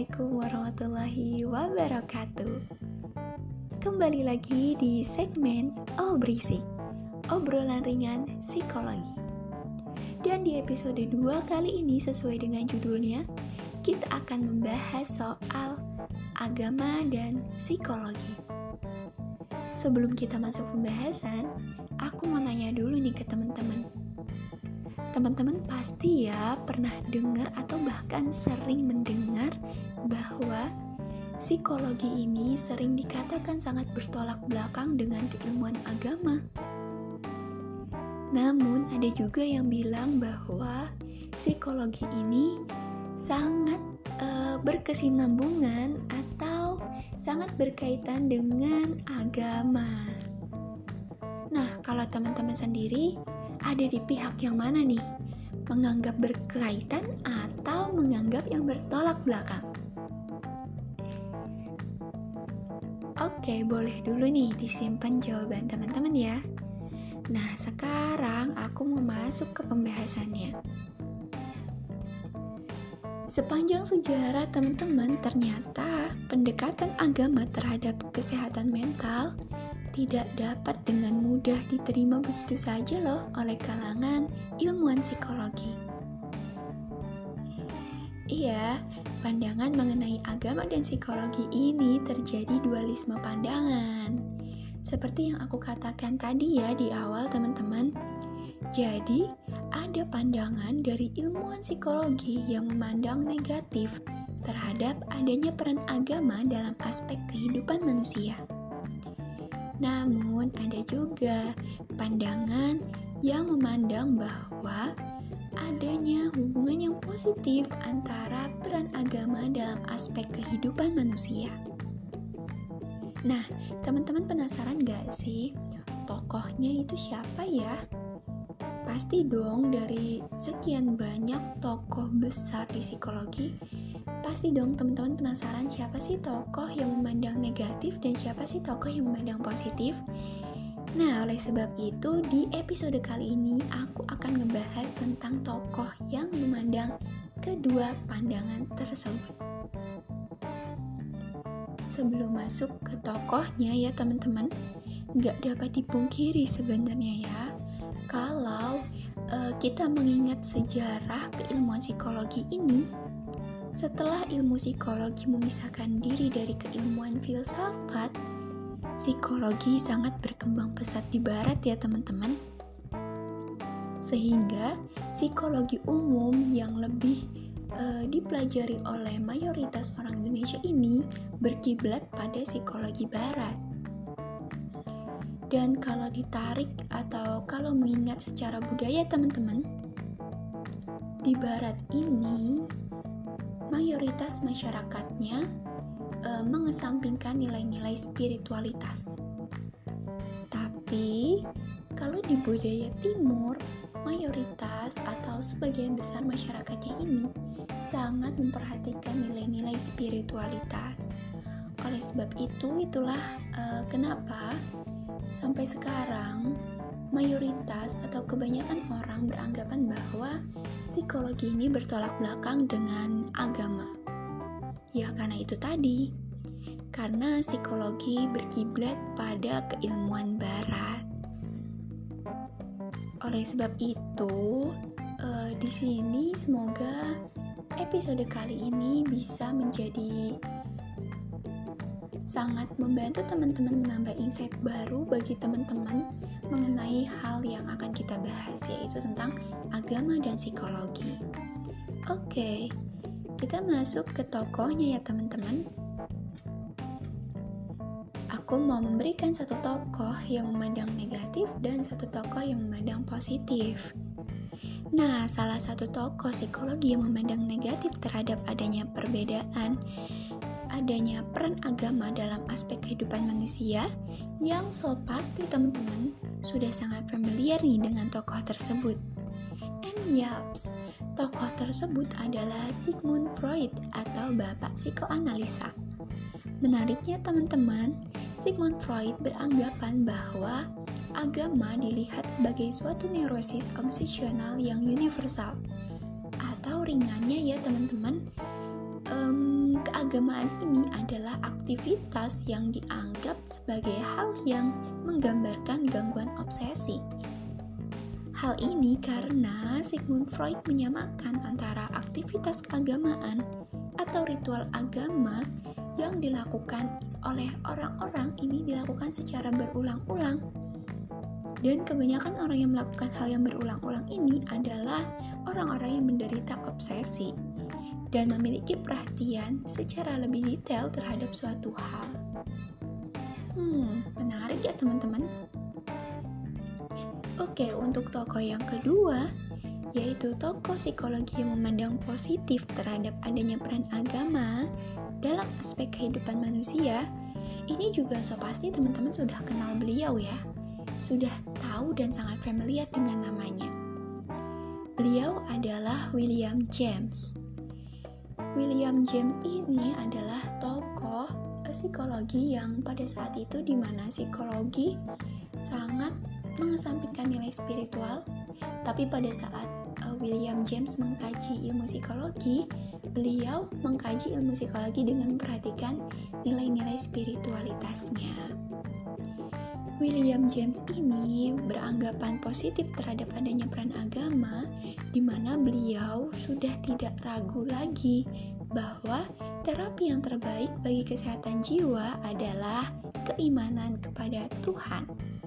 Assalamualaikum warahmatullahi wabarakatuh. Kembali lagi di segmen Oh Berisik, obrolan ringan psikologi. Dan di episode 2 kali ini sesuai dengan judulnya, kita akan membahas soal agama dan psikologi. Sebelum kita masuk pembahasan, aku mau nanya dulu nih ke teman-teman. Teman-teman pasti ya pernah dengar atau bahkan sering mendengar bahwa psikologi ini sering dikatakan sangat bertolak belakang dengan keilmuan agama. Namun ada juga yang bilang bahwa psikologi ini sangat berkesinambungan atau sangat berkaitan dengan agama. Nah, kalau teman-teman sendiri ada di pihak yang mana nih? Menganggap berkaitan atau menganggap yang bertolak belakang? Oke, boleh dulu nih disimpan jawaban teman-teman ya. Nah, sekarang aku mau masuk ke pembahasannya. Sepanjang sejarah teman-teman, ternyata pendekatan agama terhadap kesehatan mental tidak dapat dengan mudah diterima begitu saja loh oleh kalangan ilmuwan psikologi. Iya, pandangan mengenai agama dan psikologi ini terjadi dualisme pandangan. Seperti yang aku katakan tadi ya di awal teman-teman. Jadi, ada pandangan dari ilmuwan psikologi yang memandang negatif terhadap adanya peran agama dalam aspek kehidupan manusia. Namun ada juga pandangan yang memandang bahwa adanya hubungan yang positif antara peran agama dalam aspek kehidupan manusia. Nah, teman-teman penasaran gak sih tokohnya itu siapa ya? Pasti dong dari sekian banyak tokoh besar di psikologi, pasti dong teman-teman penasaran siapa sih tokoh yang memandang negatif dan siapa sih tokoh yang memandang positif. Nah, oleh sebab itu di episode kali ini aku akan ngebahas tentang tokoh yang memandang kedua pandangan tersebut. Sebelum masuk ke tokohnya ya teman-teman, gak dapat dipungkiri sebenarnya ya, kalau kita mengingat sejarah keilmuan psikologi ini, setelah ilmu psikologi memisahkan diri dari keilmuan filsafat, psikologi sangat berkembang pesat di barat ya teman-teman. Sehingga psikologi umum yang lebih dipelajari oleh mayoritas orang Indonesia ini berkiblat pada psikologi barat. Dan kalau ditarik atau kalau mengingat secara budaya teman-teman, di barat ini mayoritas masyarakatnya mengesampingkan nilai-nilai spiritualitas. Tapi kalau di budaya timur, mayoritas atau sebagian besar masyarakatnya ini sangat memperhatikan nilai-nilai spiritualitas. Oleh sebab itulah kenapa sampai sekarang mayoritas atau kebanyakan orang beranggapan bahwa psikologi ini bertolak belakang dengan agama. Ya karena itu tadi, karena psikologi berkiblat pada keilmuan barat. Oleh sebab itu, di sini semoga episode kali ini bisa menjadi sangat membantu teman-teman menambah insight baru bagi teman-teman mengenai hal yang akan kita bahas, yaitu tentang agama dan psikologi. Oke, kita masuk ke tokohnya ya teman-teman. Aku mau memberikan satu tokoh yang memandang negatif dan satu tokoh yang memandang positif. Nah, salah satu tokoh psikologi yang memandang negatif terhadap adanya peran agama dalam aspek kehidupan manusia, yang so pasti teman-teman sudah sangat familiar nih dengan tokoh tersebut. And yaps, tokoh tersebut adalah Sigmund Freud atau bapak psikoanalisa. Menariknya teman-teman, Sigmund Freud beranggapan bahwa agama dilihat sebagai suatu neurosis obsesional yang universal. Atau ringannya ya teman-teman, keagamaan ini adalah aktivitas yang dianggap sebagai hal yang menggambarkan gangguan obsesi. Hal ini karena Sigmund Freud menyamakan antara aktivitas keagamaan atau ritual agama yang dilakukan oleh orang-orang ini dilakukan secara berulang-ulang. Dan kebanyakan orang yang melakukan hal yang berulang-ulang ini adalah orang-orang yang menderita obsesi dan memiliki perhatian secara lebih detail terhadap suatu hal. Menarik ya teman-teman? Oke, untuk tokoh yang kedua, yaitu tokoh psikologi yang memandang positif terhadap adanya peran agama dalam aspek kehidupan manusia. Ini juga pasti teman-teman sudah kenal beliau ya, sudah tahu dan sangat familiar dengan namanya. Beliau adalah William James. William James ini adalah tokoh psikologi yang pada saat itu di mana psikologi sangat mengesampingkan nilai spiritual, tapi pada saat William James mengkaji ilmu psikologi, beliau mengkaji ilmu psikologi dengan memperhatikan nilai-nilai spiritualitasnya. William James ini beranggapan positif terhadap adanya peran agama, di mana beliau sudah tidak ragu lagi bahwa terapi yang terbaik bagi kesehatan jiwa adalah keimanan kepada Tuhan.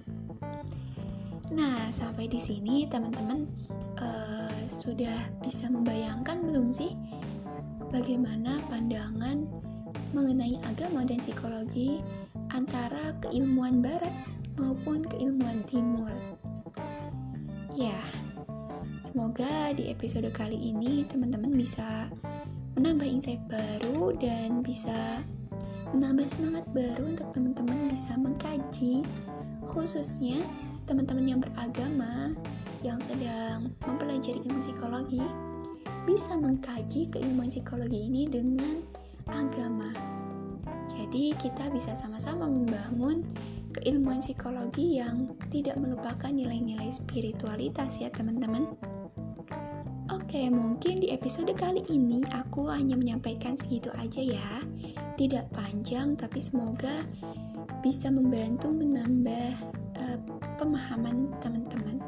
Nah, sampai di sini teman-teman sudah bisa membayangkan belum sih bagaimana pandangan mengenai agama dan psikologi antara keilmuan barat maupun keilmuan timur? Ya, semoga di episode kali ini teman-teman bisa menambah insight baru dan bisa menambah semangat baru untuk teman-teman bisa mengkaji, khususnya teman-teman yang beragama yang sedang mempelajari ilmu psikologi bisa mengkaji keilmuan psikologi ini dengan agama. Jadi kita bisa sama-sama membangun keilmuan psikologi yang tidak melupakan nilai-nilai spiritualitas ya teman-teman. Oke, mungkin di episode kali ini aku hanya menyampaikan segitu aja ya. Tidak panjang, tapi semoga bisa membantu menambah pemahaman teman-teman.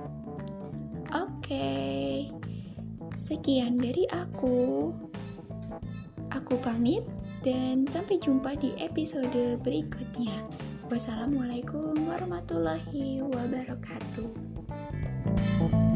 Oke, sekian dari aku. Aku pamit dan sampai jumpa di episode berikutnya. Wassalamualaikum warahmatullahi wabarakatuh.